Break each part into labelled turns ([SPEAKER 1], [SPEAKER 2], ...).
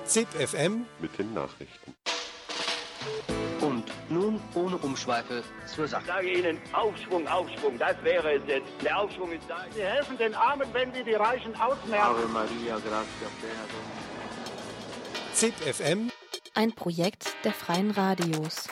[SPEAKER 1] ZIP FM
[SPEAKER 2] mit den Nachrichten.
[SPEAKER 3] Und nun ohne Umschweife zur Sache.
[SPEAKER 4] Ich sage Ihnen, Aufschwung, Aufschwung, das wäre es jetzt. Der Aufschwung ist da.
[SPEAKER 5] Sie helfen den Armen, wenn Sie die Reichen ausmerzen.
[SPEAKER 3] Ave Maria, gratia plena.
[SPEAKER 1] ZIP FM,
[SPEAKER 6] ein Projekt der Freien Radios.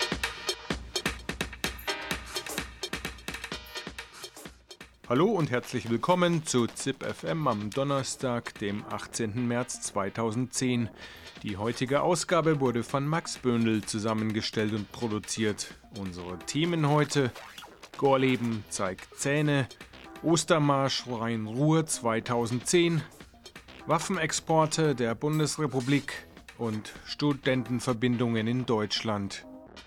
[SPEAKER 7] Hallo und herzlich willkommen zu ZIP FM am Donnerstag, dem 18. März 2010. Die heutige Ausgabe wurde von Max Böhnl zusammengestellt und produziert. Unsere Themen heute: Gorleben zeigt Zähne, Ostermarsch Rhein-Ruhr 2010, Waffenexporte der Bundesrepublik und Studentenverbindungen in Deutschland.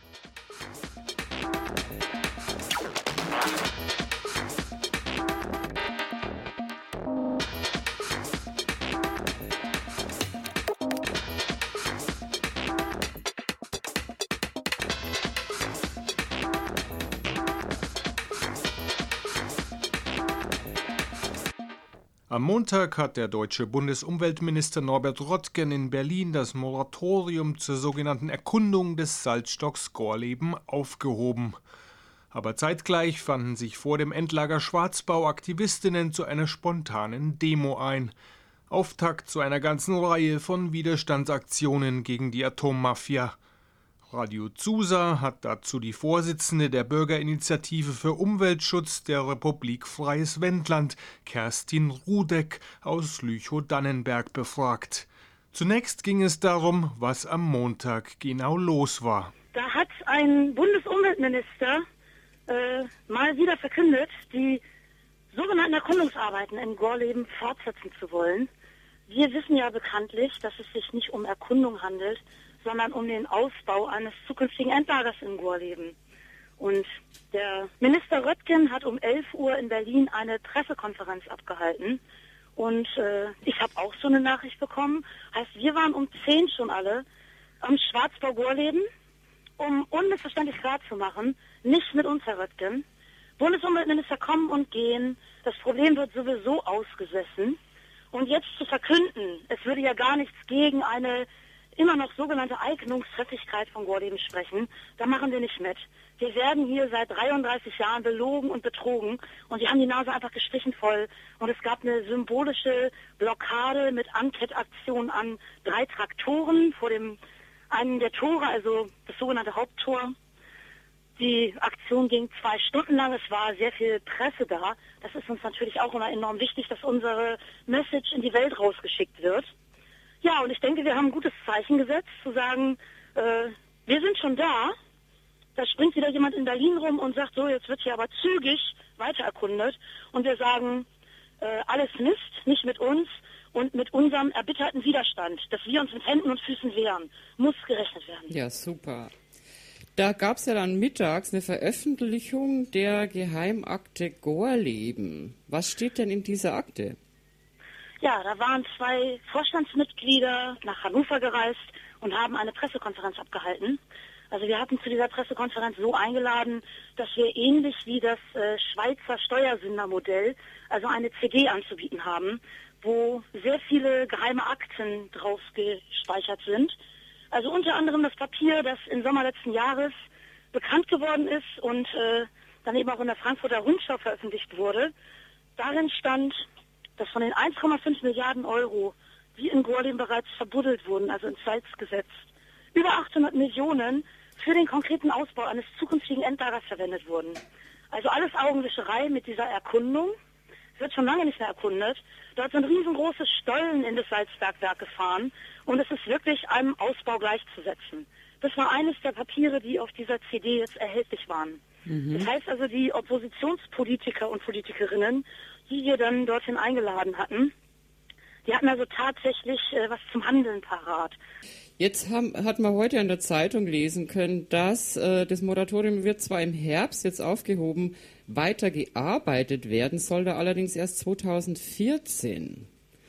[SPEAKER 7] Am Montag hat der deutsche Bundesumweltminister Norbert Röttgen in Berlin das Moratorium zur sogenannten Erkundung des Salzstocks Gorleben aufgehoben. Aber zeitgleich fanden sich vor dem Endlager Schwarzbau Aktivistinnen zu einer spontanen Demo ein. Auftakt zu einer ganzen Reihe von Widerstandsaktionen gegen die Atommafia. Radio Zusa hat dazu die Vorsitzende der Bürgerinitiative für Umweltschutz der Republik Freies Wendland, Kerstin Rudek aus Lüchow-Dannenberg, befragt. Zunächst ging es darum, was am Montag genau los war.
[SPEAKER 8] Da hat ein Bundesumweltminister mal wieder verkündet, die sogenannten Erkundungsarbeiten in Gorleben fortsetzen zu wollen. Wir wissen ja bekanntlich, dass es sich nicht um Erkundung handelt, sondern um den Ausbau eines zukünftigen Endlagers in Gorleben. Und der Minister Röttgen hat um 11 Uhr in Berlin eine Pressekonferenz abgehalten. Und ich habe auch so eine Nachricht bekommen. Heißt, wir waren um 10 schon alle am Schwarzbau Gorleben, um unmissverständlich klar zu machen, nicht mit uns, Herr Röttgen. Bundesumweltminister kommen und gehen, das Problem wird sowieso ausgesessen. Und jetzt zu verkünden, es würde ja gar nichts gegen eine immer noch sogenannte Eignungstrefflichkeit von Gorleben sprechen, da machen wir nicht mit. Wir werden hier seit 33 Jahren belogen und betrogen und die haben die Nase einfach gestrichen voll. Und es gab eine symbolische Blockade mit Ankettaktion an 3 Traktoren vor einem der Tore, also das sogenannte Haupttor. Die Aktion ging 2 Stunden lang, es war sehr viel Presse da. Das ist uns natürlich auch immer enorm wichtig, dass unsere Message in die Welt rausgeschickt wird. Ja, und ich denke, wir haben ein gutes Zeichen gesetzt, zu sagen, wir sind schon da. Da springt wieder jemand in Berlin rum und sagt, so, jetzt wird hier aber zügig weiter erkundet. Und wir sagen, alles Mist, nicht mit uns und mit unserem erbitterten Widerstand, dass wir uns mit Händen und Füßen wehren, muss gerechnet werden.
[SPEAKER 9] Ja, super. Da gab es ja dann mittags eine Veröffentlichung der Geheimakte Gorleben. Was steht denn in dieser Akte?
[SPEAKER 8] Ja, da waren 2 Vorstandsmitglieder nach Hannover gereist und haben eine Pressekonferenz abgehalten. Also wir hatten zu dieser Pressekonferenz so eingeladen, dass wir ähnlich wie das Schweizer Steuersündermodell, also eine CD anzubieten haben, wo sehr viele geheime Akten drauf gespeichert sind. Also unter anderem das Papier, das im Sommer letzten Jahres bekannt geworden ist und dann eben auch in der Frankfurter Rundschau veröffentlicht wurde. Darin stand, dass von den 1,5 Milliarden Euro, die in Gorleben bereits verbuddelt wurden, also ins Salz gesetzt, über 800 Millionen für den konkreten Ausbau eines zukünftigen Endlagers verwendet wurden. Also alles Augenwischerei mit dieser Erkundung. Es wird schon lange nicht mehr erkundet. Dort sind riesengroße Stollen in das Salzbergwerk gefahren und es ist wirklich einem Ausbau gleichzusetzen. Das war eines der Papiere, die auf dieser CD jetzt erhältlich waren. Das heißt also, die Oppositionspolitiker und Politikerinnen, die wir dann dorthin eingeladen hatten, die hatten also tatsächlich was zum Handeln parat.
[SPEAKER 9] Jetzt hat man heute in der Zeitung lesen können, dass das Moratorium wird zwar im Herbst jetzt aufgehoben, weiter gearbeitet werden, soll da allerdings erst 2014.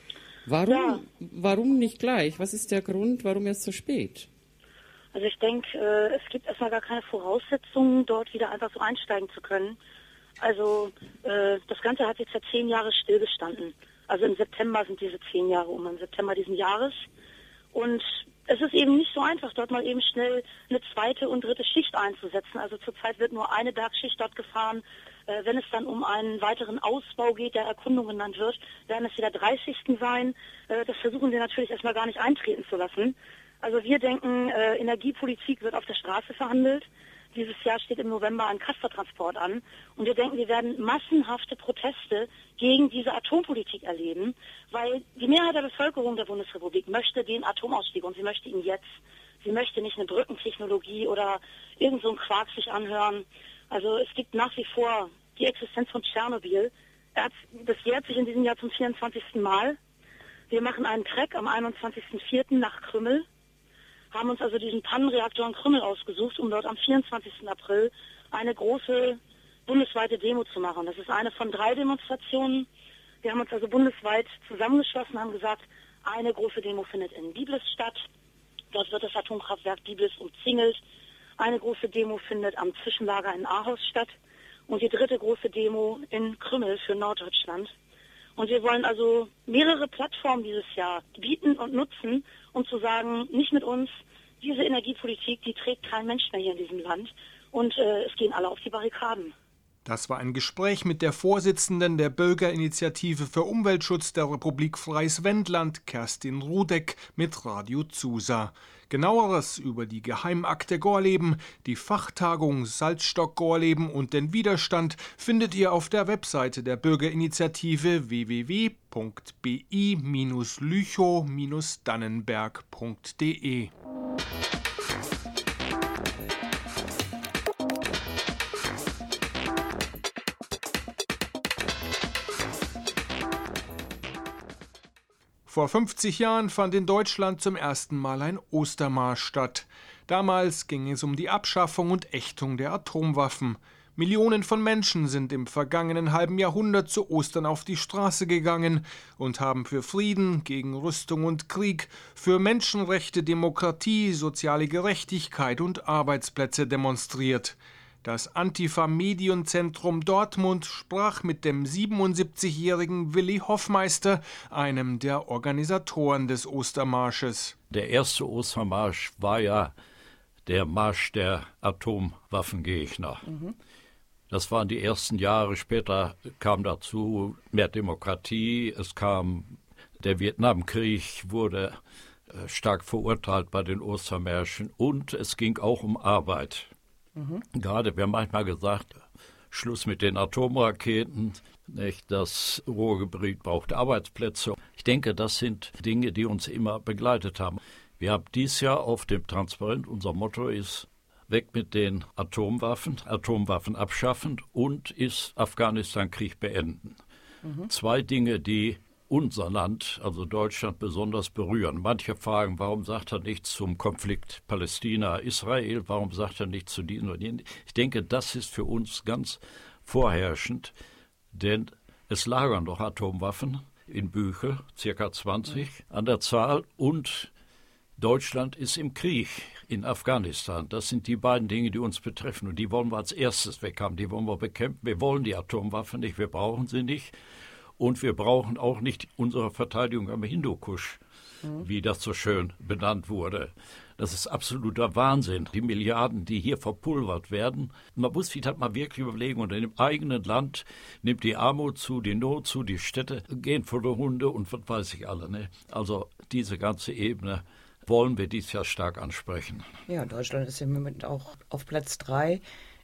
[SPEAKER 9] Warum nicht gleich? Was ist der Grund, warum erst so spät?
[SPEAKER 8] Also ich denke, es gibt erstmal gar keine Voraussetzungen, dort wieder einfach so einsteigen zu können. Also das Ganze hat jetzt ja 10 Jahre stillgestanden. Also im September sind diese 10 Jahre im September diesen Jahres. Und es ist eben nicht so einfach, dort mal eben schnell eine zweite und dritte Schicht einzusetzen. Also zurzeit wird nur eine Bergschicht dort gefahren. Wenn es dann um einen weiteren Ausbau geht, der Erkundung genannt wird, werden es wieder 3 Schichten sein. Das versuchen wir natürlich erstmal gar nicht eintreten zu lassen. Also wir denken, Energiepolitik wird auf der Straße verhandelt. Dieses Jahr steht im November ein Castortransport an. Und wir denken, wir werden massenhafte Proteste gegen diese Atompolitik erleben, weil die Mehrheit der Bevölkerung der Bundesrepublik möchte den Atomausstieg und sie möchte ihn jetzt. Sie möchte nicht eine Brückentechnologie oder irgend so einen Quark sich anhören. Also es gibt nach wie vor die Existenz von Tschernobyl. Das jährt sich in diesem Jahr zum 24. Mal. Wir machen einen Trek am 21.04. nach Krümmel, haben uns also diesen Pannenreaktor in Krümmel ausgesucht, um dort am 24. April eine große bundesweite Demo zu machen. Das ist eine von 3 Demonstrationen. Wir haben uns also bundesweit zusammengeschlossen, haben gesagt, eine große Demo findet in Biblis statt. Dort wird das Atomkraftwerk Biblis umzingelt. Eine große Demo findet am Zwischenlager in Ahaus statt. Und die 3. große Demo in Krümmel für Norddeutschland. Und wir wollen also mehrere Plattformen dieses Jahr bieten und nutzen, um zu sagen, nicht mit uns, diese Energiepolitik, die trägt kein Mensch mehr hier in diesem Land. Und es gehen alle auf die Barrikaden.
[SPEAKER 7] Das war ein Gespräch mit der Vorsitzenden der Bürgerinitiative für Umweltschutz der Republik Freies Wendland, Kerstin Rudek, mit Radio Zusa. Genaueres über die Geheimakte Gorleben, die Fachtagung Salzstock Gorleben und den Widerstand findet ihr auf der Webseite der Bürgerinitiative www.bi-lüchow-dannenberg.de. Vor 50 Jahren fand in Deutschland zum ersten Mal ein Ostermarsch statt. Damals ging es um die Abschaffung und Ächtung der Atomwaffen. Millionen von Menschen sind im vergangenen halben Jahrhundert zu Ostern auf die Straße gegangen und haben für Frieden, gegen Rüstung und Krieg, für Menschenrechte, Demokratie, soziale Gerechtigkeit und Arbeitsplätze demonstriert. Das Antifa-Medienzentrum Dortmund sprach mit dem 77-jährigen Willi Hoffmeister, einem der Organisatoren des Ostermarsches.
[SPEAKER 2] Der erste Ostermarsch war ja der Marsch der Atomwaffengegner. Das waren die ersten Jahre. Später kam dazu mehr Demokratie. Es kam der Vietnamkrieg, wurde stark verurteilt bei den Ostermärschen. Und es ging auch um Arbeit. Gerade, wir haben manchmal gesagt, Schluss mit den Atomraketen, nicht? Das Ruhrgebiet braucht Arbeitsplätze. Ich denke, das sind Dinge, die uns immer begleitet haben. Wir haben dieses Jahr auf dem Transparent, unser Motto ist, weg mit den Atomwaffen, Atomwaffen abschaffen und ist Afghanistan-Krieg beenden. 2 Dinge, die unser Land, also Deutschland, besonders berühren. Manche fragen, warum sagt er nichts zum Konflikt Palästina-Israel, warum sagt er nichts zu diesen oder jenen. Ich denke, das ist für uns ganz vorherrschend, denn es lagern doch Atomwaffen in Büchel, ca. 20 an der Zahl, und Deutschland ist im Krieg in Afghanistan. Das sind die beiden Dinge, die uns betreffen, und die wollen wir als erstes weghaben, die wollen wir bekämpfen. Wir wollen die Atomwaffen nicht, wir brauchen sie nicht. Und wir brauchen auch nicht unsere Verteidigung am Hindukusch, wie das so schön benannt wurde. Das ist absoluter Wahnsinn. Die Milliarden, die hier verpulvert werden. Man muss sich das mal wirklich überlegen. Und in dem eigenen Land nimmt die Armut zu, die Not zu, die Städte gehen vor der Hunde und was weiß ich alle. Ne? Also diese ganze Ebene wollen wir dieses Jahr stark ansprechen.
[SPEAKER 10] Ja, Deutschland ist im Moment auch auf Platz 3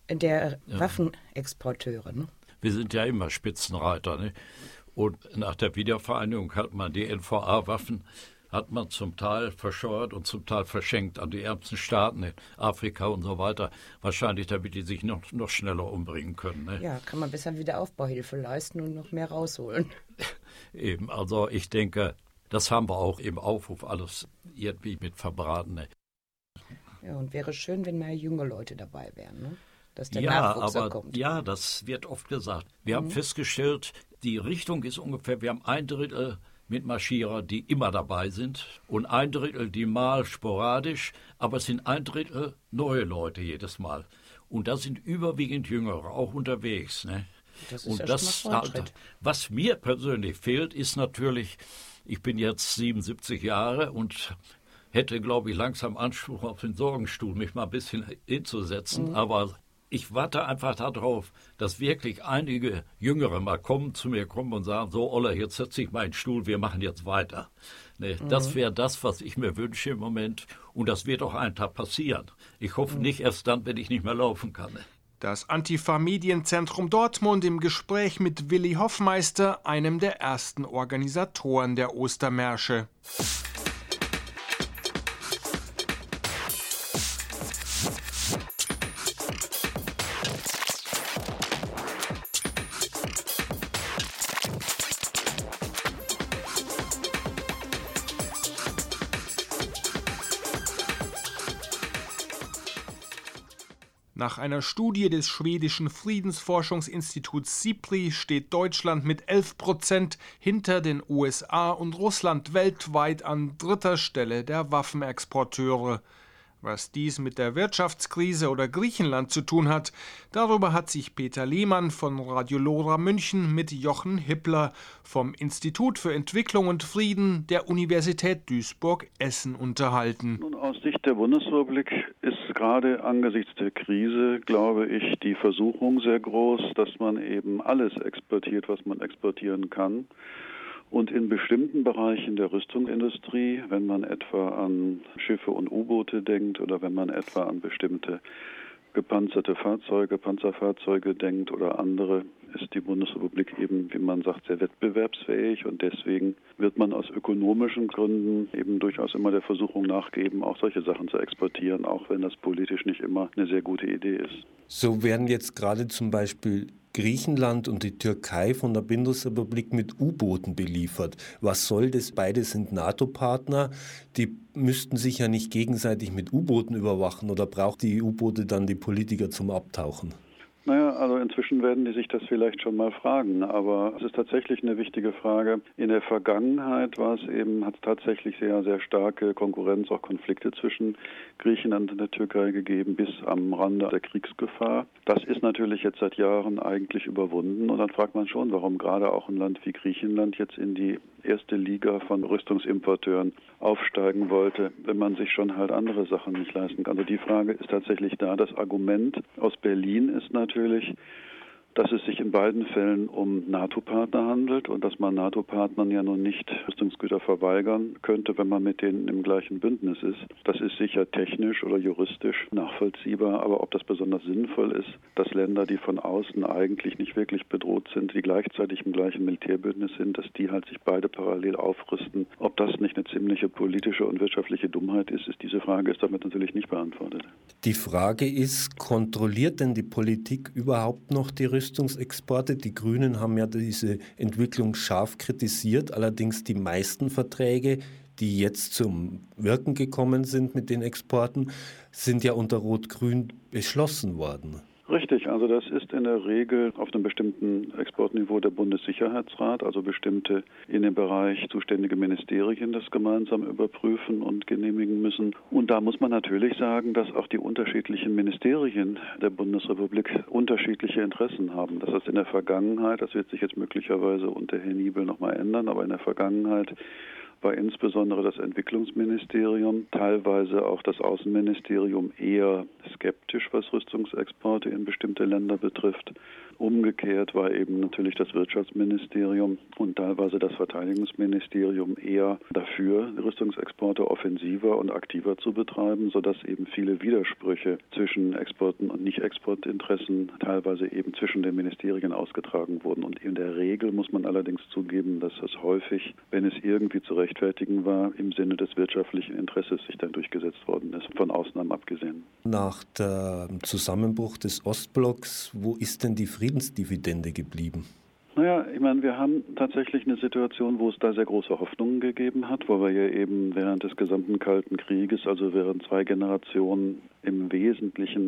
[SPEAKER 10] der Waffenexporteure. Ne?
[SPEAKER 2] Wir sind ja immer Spitzenreiter. Ne? Und nach der Wiedervereinigung hat man die NVA-Waffen hat man zum Teil verscheuert und zum Teil verschenkt an die ärmsten Staaten in Afrika und so weiter. Wahrscheinlich, damit die sich noch schneller umbringen können. Ne?
[SPEAKER 10] Ja, kann man besser Wiederaufbauhilfe leisten und noch mehr rausholen.
[SPEAKER 2] Eben, also ich denke, das haben wir auch im Aufruf alles irgendwie mit verbraten. Ne?
[SPEAKER 10] Ja, und wäre schön, wenn mehr junge Leute dabei wären, ne? Dass der Nachwuchs kommt.
[SPEAKER 2] Ja, das wird oft gesagt. Wir haben festgestellt, die Richtung ist ungefähr, wir haben 1/3 Mitmarschierer, die immer dabei sind und 1/3, die mal sporadisch, aber es sind 1/3 neue Leute jedes Mal. Und da sind überwiegend Jüngere auch unterwegs. Ne?
[SPEAKER 10] Das ist und ja schon mal Fortschritt.
[SPEAKER 2] Was mir persönlich fehlt, ist natürlich, ich bin jetzt 77 Jahre und hätte, glaube ich, langsam Anspruch auf den Sorgenstuhl, mich mal ein bisschen hinzusetzen. Aber ich warte einfach darauf, dass wirklich einige Jüngere mal zu mir kommen und sagen, so Oller, jetzt setze ich meinen Stuhl, wir machen jetzt weiter. Ne, das wäre das, was ich mir wünsche im Moment. Und das wird auch einen Tag passieren. Ich hoffe nicht erst dann, wenn ich nicht mehr laufen kann.
[SPEAKER 7] Das Antifa-Medienzentrum Dortmund im Gespräch mit Willi Hoffmeister, einem der ersten Organisatoren der Ostermärsche. Nach einer Studie des schwedischen Friedensforschungsinstituts SIPRI steht Deutschland mit 11% hinter den USA und Russland weltweit an 3. Stelle der Waffenexporteure. Was dies mit der Wirtschaftskrise oder Griechenland zu tun hat, darüber hat sich Peter Lehmann von Radio Lora München mit Jochen Hippler vom Institut für Entwicklung und Frieden der Universität Duisburg-Essen unterhalten.
[SPEAKER 11] Nun, aus Sicht der Bundesrepublik ist gerade angesichts der Krise, glaube ich, die Versuchung sehr groß, dass man eben alles exportiert, was man exportieren kann. Und in bestimmten Bereichen der Rüstungsindustrie, wenn man etwa an Schiffe und U-Boote denkt oder wenn man etwa an bestimmte gepanzerte Fahrzeuge, Panzerfahrzeuge denkt oder andere, ist die Bundesrepublik eben, wie man sagt, sehr wettbewerbsfähig und deswegen wird man aus ökonomischen Gründen eben durchaus immer der Versuchung nachgeben, auch solche Sachen zu exportieren, auch wenn das politisch nicht immer eine sehr gute Idee ist.
[SPEAKER 12] So werden jetzt gerade zum Beispiel Griechenland und die Türkei von der Bundesrepublik mit U-Booten beliefert. Was soll das? Beide sind NATO-Partner. Die müssten sich ja nicht gegenseitig mit U-Booten überwachen oder braucht die U-Boote dann die Politiker zum Abtauchen?
[SPEAKER 11] Naja, also inzwischen werden die sich das vielleicht schon mal fragen, aber es ist tatsächlich eine wichtige Frage. In der Vergangenheit hat es tatsächlich sehr, sehr starke Konkurrenz, auch Konflikte zwischen Griechenland und der Türkei gegeben, bis am Rande der Kriegsgefahr. Das ist natürlich jetzt seit Jahren eigentlich überwunden und dann fragt man schon, warum gerade auch ein Land wie Griechenland jetzt in die erste Liga von Rüstungsimporteuren aufsteigen wollte, wenn man sich schon halt andere Sachen nicht leisten kann. Also die Frage ist tatsächlich da. Das Argument aus Berlin ist natürlich, dass es sich in beiden Fällen um NATO-Partner handelt und dass man NATO-Partnern ja nun nicht Rüstungsgüter verweigern könnte, wenn man mit denen im gleichen Bündnis ist. Das ist sicher technisch oder juristisch nachvollziehbar, aber ob das besonders sinnvoll ist, dass Länder, die von außen eigentlich nicht wirklich bedroht sind, die gleichzeitig im gleichen Militärbündnis sind, dass die halt sich beide parallel aufrüsten, ob das nicht eine ziemliche politische und wirtschaftliche Dummheit ist, diese Frage ist damit natürlich nicht beantwortet.
[SPEAKER 12] Die Frage ist, kontrolliert denn die Politik überhaupt noch die Rüstungsexporte? Die Grünen haben ja diese Entwicklung scharf kritisiert, allerdings die meisten Verträge, die jetzt zum Wirken gekommen sind mit den Exporten, sind ja unter Rot-Grün beschlossen worden.
[SPEAKER 11] Richtig, also das ist in der Regel auf einem bestimmten Exportniveau der Bundessicherheitsrat, also bestimmte in dem Bereich zuständige Ministerien das gemeinsam überprüfen und genehmigen müssen. Und da muss man natürlich sagen, dass auch die unterschiedlichen Ministerien der Bundesrepublik unterschiedliche Interessen haben. Das heißt in der Vergangenheit, das wird sich jetzt möglicherweise unter Herrn Niebel nochmal ändern, aber in der Vergangenheit war insbesondere das Entwicklungsministerium, teilweise auch das Außenministerium eher skeptisch, was Rüstungsexporte in bestimmte Länder betrifft. Umgekehrt war eben natürlich das Wirtschaftsministerium und teilweise das Verteidigungsministerium eher dafür, Rüstungsexporte offensiver und aktiver zu betreiben, sodass eben viele Widersprüche zwischen Exporten und Nicht-Exportinteressen teilweise eben zwischen den Ministerien ausgetragen wurden. Und in der Regel muss man allerdings zugeben, dass es häufig, wenn es irgendwie zu rechtfertigen war, im Sinne des wirtschaftlichen Interesses sich dann durchgesetzt worden ist, von Ausnahmen abgesehen.
[SPEAKER 12] Nach dem Zusammenbruch des Ostblocks, wo ist denn die Friedensdividende geblieben?
[SPEAKER 11] Naja, ich meine, wir haben tatsächlich eine Situation, wo es da sehr große Hoffnungen gegeben hat, wo wir ja eben während des gesamten Kalten Krieges, also während 2 Generationen im Wesentlichen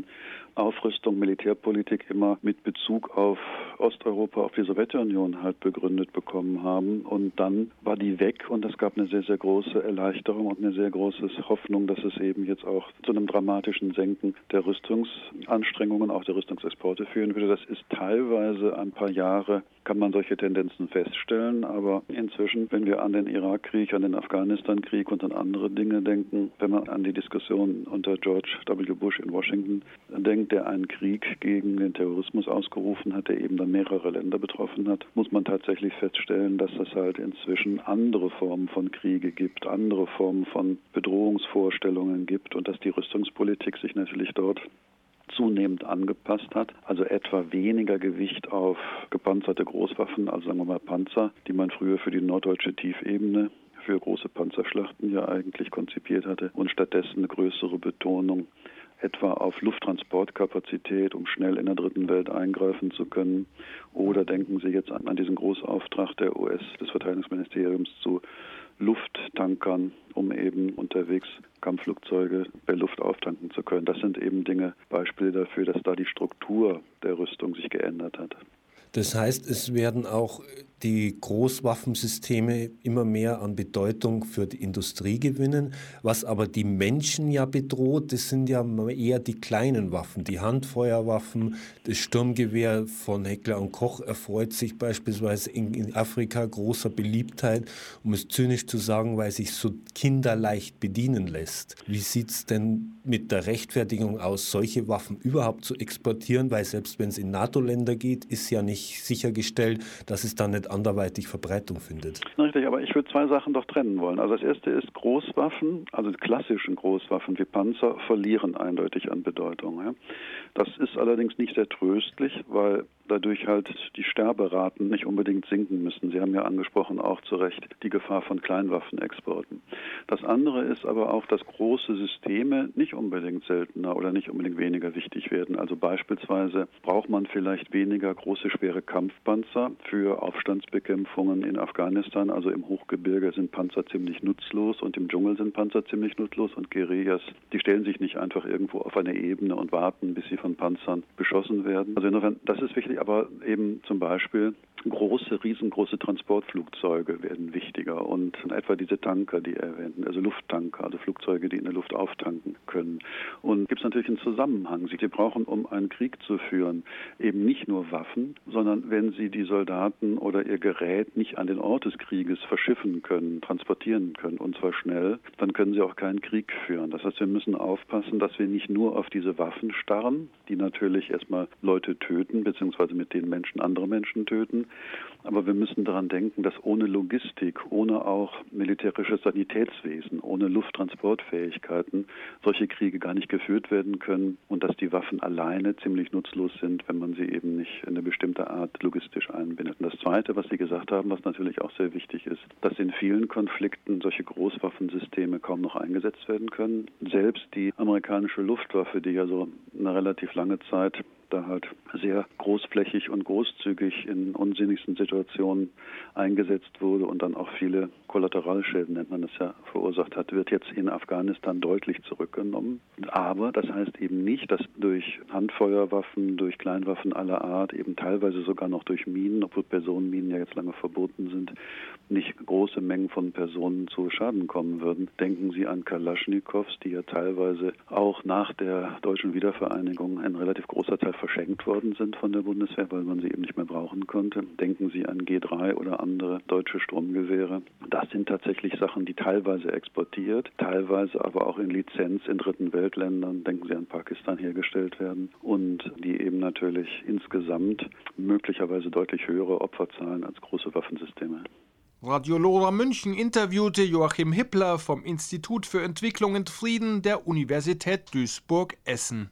[SPEAKER 11] Aufrüstung, Militärpolitik immer mit Bezug auf Osteuropa, auf die Sowjetunion halt begründet bekommen haben. Und dann war die weg und es gab eine sehr, sehr große Erleichterung und eine sehr große Hoffnung, dass es eben jetzt auch zu einem dramatischen Senken der Rüstungsanstrengungen, auch der Rüstungsexporte führen würde. Das ist teilweise ein paar Jahre, kann man solche Tendenzen feststellen. Aber inzwischen, wenn wir an den Irakkrieg, an den Afghanistan-Krieg und an andere Dinge denken, wenn man an die Diskussion unter George W. Bush in Washington denkt, der einen Krieg gegen den Terrorismus ausgerufen hat, der eben dann mehrere Länder betroffen hat, muss man tatsächlich feststellen, dass es halt inzwischen andere Formen von Kriege gibt, andere Formen von Bedrohungsvorstellungen gibt und dass die Rüstungspolitik sich natürlich dort zunehmend angepasst hat, also etwa weniger Gewicht auf gepanzerte Großwaffen, also sagen wir mal Panzer, die man früher für die norddeutsche Tiefebene, für große Panzerschlachten ja eigentlich konzipiert hatte und stattdessen eine größere Betonung etwa auf Lufttransportkapazität, um schnell in der dritten Welt eingreifen zu können. Oder denken Sie jetzt an diesen Großauftrag der des Verteidigungsministeriums zu Lufttankern, um eben unterwegs Kampfflugzeuge per Luft auftanken zu können. Das sind eben Dinge, Beispiele dafür, dass da die Struktur der Rüstung sich geändert hat.
[SPEAKER 12] Das heißt, es werden auch die Großwaffensysteme immer mehr an Bedeutung für die Industrie gewinnen. Was aber die Menschen ja bedroht, das sind ja eher die kleinen Waffen, die Handfeuerwaffen. Das Sturmgewehr von Heckler & Koch erfreut sich beispielsweise in Afrika großer Beliebtheit, um es zynisch zu sagen, weil sich so kinderleicht bedienen lässt. Wie sieht es denn mit der Rechtfertigung aus, solche Waffen überhaupt zu exportieren? Weil selbst wenn es in NATO-Länder geht, ist ja nicht sichergestellt, dass es dann nicht anderweitig Verbreitung findet.
[SPEAKER 11] Richtig, aber ich würde zwei Sachen doch trennen wollen. Also das erste ist, Großwaffen, also die klassischen Großwaffen wie Panzer, verlieren eindeutig an Bedeutung. Ja. Das ist allerdings nicht sehr tröstlich, weil dadurch halt die Sterberaten nicht unbedingt sinken müssen. Sie haben ja angesprochen, auch zu Recht, die Gefahr von Kleinwaffenexporten. Das andere ist aber auch, dass große Systeme nicht unbedingt seltener oder nicht unbedingt weniger wichtig werden. Also beispielsweise braucht man vielleicht weniger große, schwere Kampfpanzer für Aufstandsbekämpfungen in Afghanistan. Also im Hochgebirge sind Panzer ziemlich nutzlos und im Dschungel sind Panzer ziemlich nutzlos und Guerillas, die stellen sich nicht einfach irgendwo auf eine Ebene und warten, bis sie von Panzern beschossen werden. Also insofern, das ist wichtig, aber eben zum Beispiel riesengroße Transportflugzeuge werden wichtiger und etwa diese Tanker, die erwähnten, also Lufttanker, also Flugzeuge, die in der Luft auftanken können. Und gibt es natürlich einen Zusammenhang. Sie brauchen, um einen Krieg zu führen, eben nicht nur Waffen, sondern wenn Sie die Soldaten oder ihr Gerät nicht an den Ort des Krieges verschiffen können, transportieren können, und zwar schnell, dann können Sie auch keinen Krieg führen. Das heißt, wir müssen aufpassen, dass wir nicht nur auf diese Waffen starren, die natürlich erstmal Leute töten, beziehungsweise mit denen Menschen andere Menschen töten, aber wir müssen daran denken, dass ohne Logistik, ohne auch militärisches Sanitätswesen, ohne Lufttransportfähigkeiten solche Kriege gar nicht geführt werden können und dass die Waffen alleine ziemlich nutzlos sind, wenn man sie eben nicht in eine bestimmte Art logistisch einbindet. Und das Zweite, was Sie gesagt haben, was natürlich auch sehr wichtig ist, dass in vielen Konflikten solche Großwaffensysteme kaum noch eingesetzt werden können. Selbst die amerikanische Luftwaffe, die ja so eine relativ lange Zeit da halt sehr großflächig und großzügig in unsinnigsten Situationen eingesetzt wurde und dann auch viele Kollateralschäden, nennt man das ja, verursacht hat, wird jetzt in Afghanistan deutlich zurückgenommen. Aber das heißt eben nicht, dass durch Handfeuerwaffen, durch Kleinwaffen aller Art, eben teilweise sogar noch durch Minen, obwohl Personenminen ja jetzt lange verboten sind, nicht große Mengen von Personen zu Schaden kommen würden. Denken Sie an Kalaschnikows, die ja teilweise auch nach der deutschen Wiedervereinigung ein relativ großer Teil verschenkt worden sind von der Bundeswehr, weil man sie eben nicht mehr brauchen konnte. Denken Sie an G3 oder andere deutsche Sturmgewehre. Das sind tatsächlich Sachen, die teilweise exportiert, teilweise aber auch in Lizenz in dritten Weltländern, denken Sie an Pakistan, hergestellt werden und die eben natürlich insgesamt möglicherweise deutlich höhere Opferzahlen als große Waffensysteme.
[SPEAKER 7] Radio Lora München interviewte Joachim Hippler vom Institut für Entwicklung und Frieden der Universität Duisburg-Essen.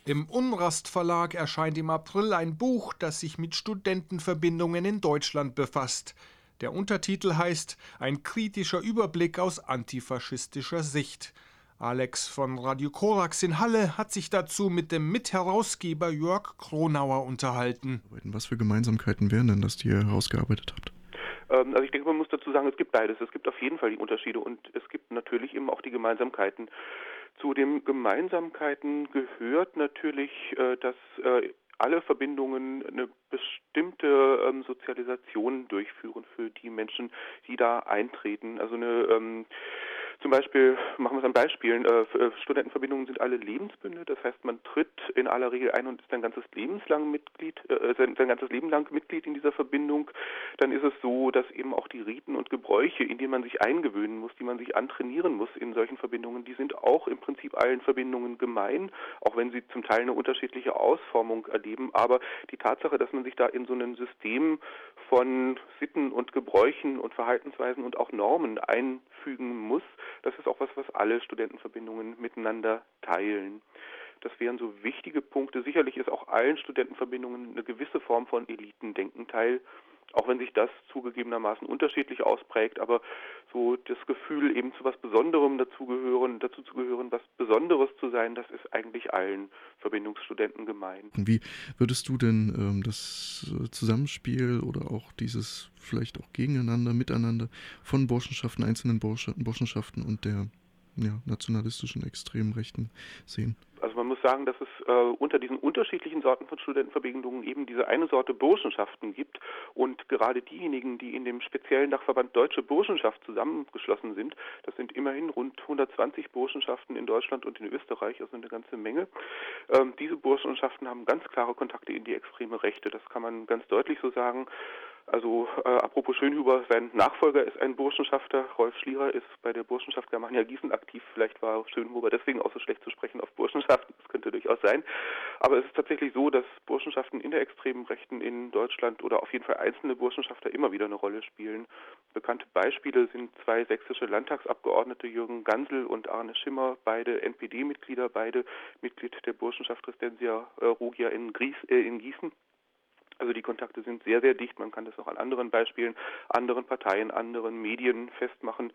[SPEAKER 7] Im Unrast Verlag erscheint im April ein Buch, das sich mit Studentenverbindungen in Deutschland befasst. Der Untertitel heißt »Ein kritischer Überblick aus antifaschistischer Sicht«. Alex von Radio Korax in Halle hat sich dazu mit dem Mitherausgeber Jörg Kronauer unterhalten.
[SPEAKER 13] Was für Gemeinsamkeiten wären denn das, die ihr herausgearbeitet habt?
[SPEAKER 14] Also ich denke, man muss dazu sagen, es gibt beides. Es gibt auf jeden Fall die Unterschiede und es gibt natürlich eben auch die Gemeinsamkeiten. Zu den Gemeinsamkeiten gehört natürlich, dass alle Verbindungen eine bestimmte Sozialisation durchführen für die Menschen, die da eintreten. Also zum Beispiel, machen wir es an Beispielen, Studentenverbindungen sind alle Lebensbünde, das heißt, man tritt in aller Regel ein und ist sein ganzes Leben lang Mitglied in dieser Verbindung. Dann ist es so, dass eben auch die Riten und Gebräuche, in denen man sich eingewöhnen muss, die man sich antrainieren muss in solchen Verbindungen, die sind auch im Prinzip allen Verbindungen gemein, auch wenn sie zum Teil eine unterschiedliche Ausformung erleben. Aber die Tatsache, dass man sich da in so einem System von Sitten und Gebräuchen und Verhaltensweisen und auch Normen einfügen muss, das ist auch was alle Studentenverbindungen miteinander teilen. Das wären so wichtige Punkte. Sicherlich ist auch allen Studentenverbindungen eine gewisse Form von Elitendenken teil, auch wenn sich das zugegebenermaßen unterschiedlich ausprägt, aber so das Gefühl, eben zu was Besonderem dazu zu gehören, was Besonderes zu sein, das ist eigentlich allen Verbindungsstudenten gemein.
[SPEAKER 13] Wie würdest du denn das Zusammenspiel oder auch dieses vielleicht auch Gegeneinander, Miteinander von Burschenschaften, einzelnen Burschenschaften und der nationalistischen extremen Rechten sehen?
[SPEAKER 14] Also man muss sagen, dass es unter diesen unterschiedlichen Sorten von Studentenverbindungen eben diese eine Sorte Burschenschaften gibt und gerade diejenigen, die in dem speziellen Dachverband Deutsche Burschenschaft zusammengeschlossen sind, das sind immerhin rund 120 Burschenschaften in Deutschland und in Österreich, also eine ganze Menge. Diese Burschenschaften haben ganz klare Kontakte in die extreme Rechte, das kann man ganz deutlich so sagen. Also apropos Schönhuber, sein Nachfolger ist ein Burschenschafter. Rolf Schlierer ist bei der Burschenschaft Germania Gießen aktiv. Vielleicht war Schönhuber deswegen auch so schlecht zu sprechen auf Burschenschaften. Das könnte durchaus sein. Aber es ist tatsächlich so, dass Burschenschaften in der extremen Rechten in Deutschland oder auf jeden Fall einzelne Burschenschafter immer wieder eine Rolle spielen. Bekannte Beispiele sind zwei sächsische Landtagsabgeordnete, Jürgen Gansel und Arne Schimmer, beide NPD-Mitglieder, beide Mitglied der Burschenschaft Restensia Rugia in Gießen. Also die Kontakte sind sehr, sehr dicht. Man kann das auch an anderen Beispielen, anderen Parteien, anderen Medien festmachen.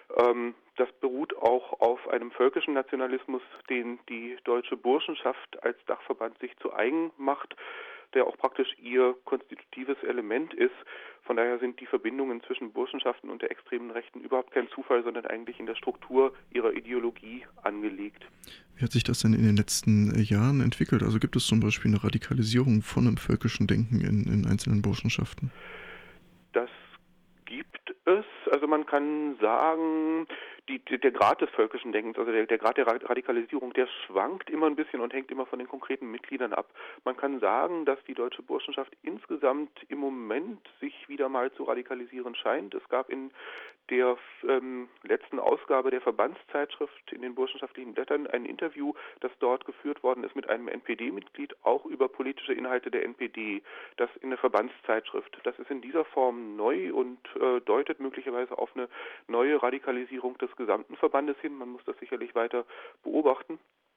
[SPEAKER 14] Das beruht auch auf einem völkischen Nationalismus, den die Deutsche Burschenschaft als Dachverband sich zu eigen macht, der auch praktisch ihr konstitutives Element ist. Von daher sind die Verbindungen zwischen Burschenschaften und der extremen Rechten überhaupt kein Zufall, sondern eigentlich in der Struktur ihrer Ideologie angelegt.
[SPEAKER 13] Wie hat sich das denn in den letzten Jahren entwickelt? Also gibt es zum Beispiel eine Radikalisierung von einem völkischen Denken in einzelnen Burschenschaften?
[SPEAKER 14] Das gibt es. Also man kann sagen, der Grad des völkischen Denkens, also der Grad der Radikalisierung, der schwankt immer ein bisschen und hängt immer von den konkreten Mitgliedern ab. Man kann sagen, dass die Deutsche Burschenschaft insgesamt im Moment sich wieder mal zu radikalisieren scheint. Es gab in der letzten Ausgabe der Verbandszeitschrift in den burschenschaftlichen Blättern ein Interview, das dort geführt worden ist mit einem NPD-Mitglied, auch über politische Inhalte der NPD, das in der Verbandszeitschrift. Das ist in dieser Form neu und deutet möglicherweise auf eine neue Radikalisierung des gesamten Verbandes hin. Man muss das sicherlich weiter beobachten.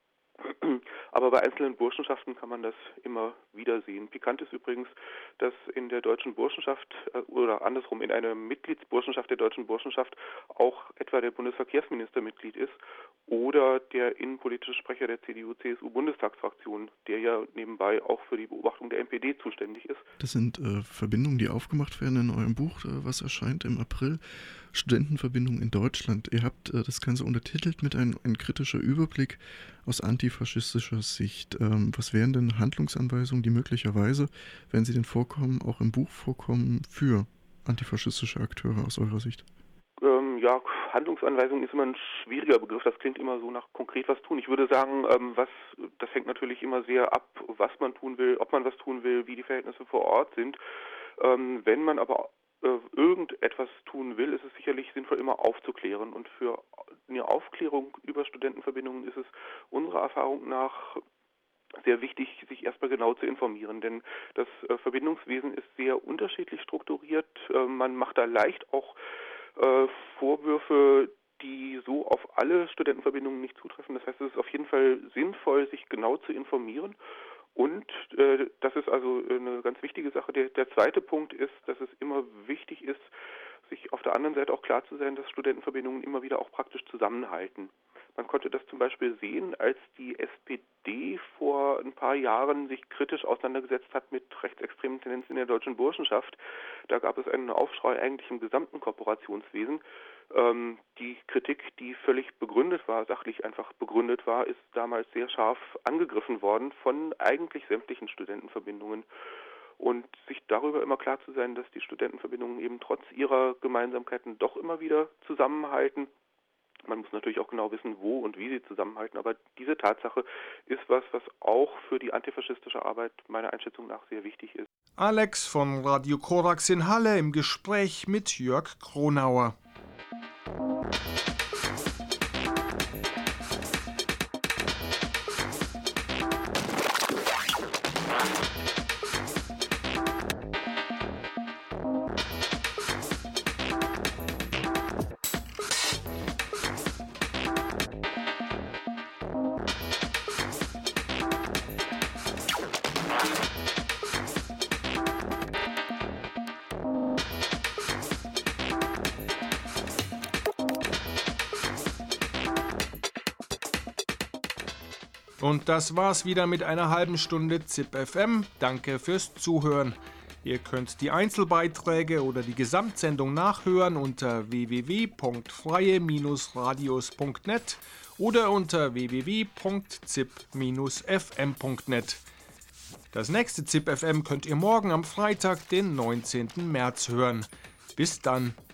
[SPEAKER 14] Aber bei einzelnen Burschenschaften kann man das immer wieder sehen. Pikant ist übrigens, dass in der Deutschen Burschenschaft oder andersrum in einer Mitgliedsburschenschaft der Deutschen Burschenschaft auch etwa der Bundesverkehrsminister Mitglied ist oder der innenpolitische Sprecher der CDU-CSU-Bundestagsfraktion, der ja nebenbei auch für die Beobachtung der NPD zuständig ist.
[SPEAKER 13] Das sind Verbindungen, die aufgemacht werden in eurem Buch, was erscheint im April. Studentenverbindungen in Deutschland. Ihr habt das Ganze untertitelt mit ein kritischer Überblick aus antifaschistischer Sicht. Was wären denn Handlungsanweisungen, die möglicherweise, wenn sie denn vorkommen, auch im Buch vorkommen, für antifaschistische Akteure aus eurer Sicht? Handlungsanweisung
[SPEAKER 14] ist immer ein schwieriger Begriff. Das klingt immer so nach konkret was tun. Ich würde sagen, das hängt natürlich immer sehr ab, was man tun will, ob man was tun will, wie die Verhältnisse vor Ort sind. Wenn man aber irgendetwas tun will, ist es sicherlich sinnvoll, immer aufzuklären. Und für eine Aufklärung über Studentenverbindungen ist es unserer Erfahrung nach sehr wichtig, sich erstmal genau zu informieren, denn das Verbindungswesen ist sehr unterschiedlich strukturiert. Man macht da leicht auch Vorwürfe, die so auf alle Studentenverbindungen nicht zutreffen. Das heißt, es ist auf jeden Fall sinnvoll, sich genau zu informieren. Und das ist also eine ganz wichtige Sache. Der zweite Punkt ist, dass es immer wichtig ist, sich auf der anderen Seite auch klar zu sein, dass Studentenverbindungen immer wieder auch praktisch zusammenhalten. Man konnte das zum Beispiel sehen, als die SPD vor ein paar Jahren sich kritisch auseinandergesetzt hat mit rechtsextremen Tendenzen in der deutschen Burschenschaft. Da gab es einen Aufschrei eigentlich im gesamten Korporationswesen. Die Kritik, die völlig begründet war, sachlich einfach begründet war, ist damals sehr scharf angegriffen worden von eigentlich sämtlichen Studentenverbindungen. Und sich darüber immer klar zu sein, dass die Studentenverbindungen eben trotz ihrer Gemeinsamkeiten doch immer wieder zusammenhalten. Man muss natürlich auch genau wissen, wo und wie sie zusammenhalten, aber diese Tatsache ist was auch für die antifaschistische Arbeit meiner Einschätzung nach sehr wichtig ist.
[SPEAKER 7] Alex von Radio Korax in Halle im Gespräch mit Jörg Kronauer. Und das war's wieder mit einer halben Stunde ZIP FM. Danke fürs Zuhören. Ihr könnt die Einzelbeiträge oder die Gesamtsendung nachhören unter www.freie-radios.net oder unter www.zip-fm.net. Das nächste ZIP FM könnt ihr morgen am Freitag, den 19. März hören. Bis dann.